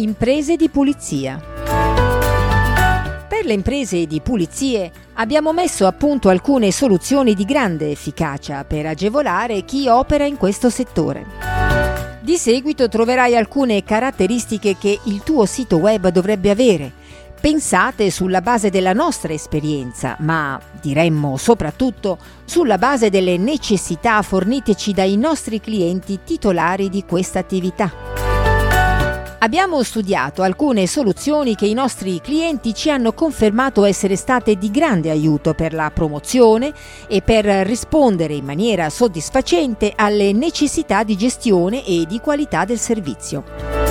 Imprese di pulizia. Per le imprese di pulizie abbiamo messo a punto alcune soluzioni di grande efficacia per agevolare chi opera in questo settore. Di seguito troverai alcune caratteristiche che il tuo sito web dovrebbe avere, pensate sulla base della nostra esperienza, ma diremmo soprattutto sulla base delle necessità forniteci dai nostri clienti titolari di questa attività. Abbiamo studiato alcune soluzioni che i nostri clienti ci hanno confermato essere state di grande aiuto per la promozione e per rispondere in maniera soddisfacente alle necessità di gestione e di qualità del servizio.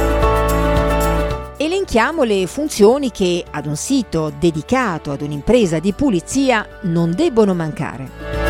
Elenchiamo le funzioni che ad un sito dedicato ad un'impresa di pulizia non debbono mancare.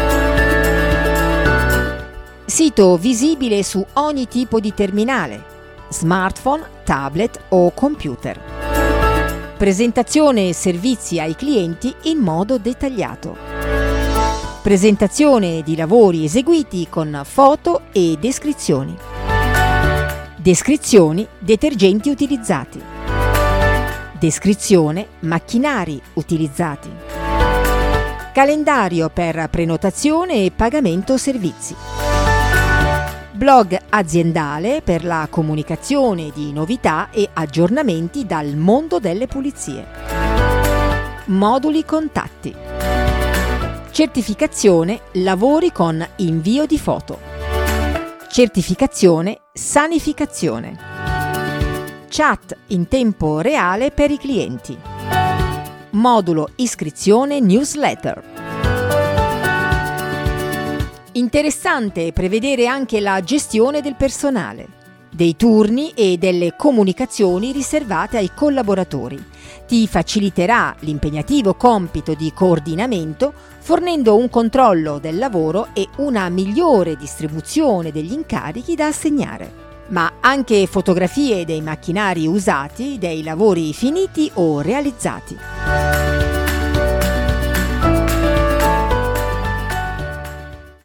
Sito visibile su ogni tipo di terminale, smartphone, tablet o computer. Presentazione e servizi ai clienti in modo dettagliato. Presentazione di lavori eseguiti con foto e descrizioni. Descrizioni detergenti utilizzati. Descrizione macchinari utilizzati. Calendario per prenotazione e pagamento servizi. Blog aziendale per la comunicazione di novità e aggiornamenti dal mondo delle pulizie. Moduli contatti. Certificazione lavori con invio di foto. Certificazione sanificazione. Chat in tempo reale per i clienti. Modulo iscrizione newsletter. Interessante prevedere anche la gestione del personale, dei turni e delle comunicazioni riservate ai collaboratori. Ti faciliterà l'impegnativo compito di coordinamento, fornendo un controllo del lavoro e una migliore distribuzione degli incarichi da assegnare. Ma anche fotografie dei macchinari usati, dei lavori finiti o realizzati.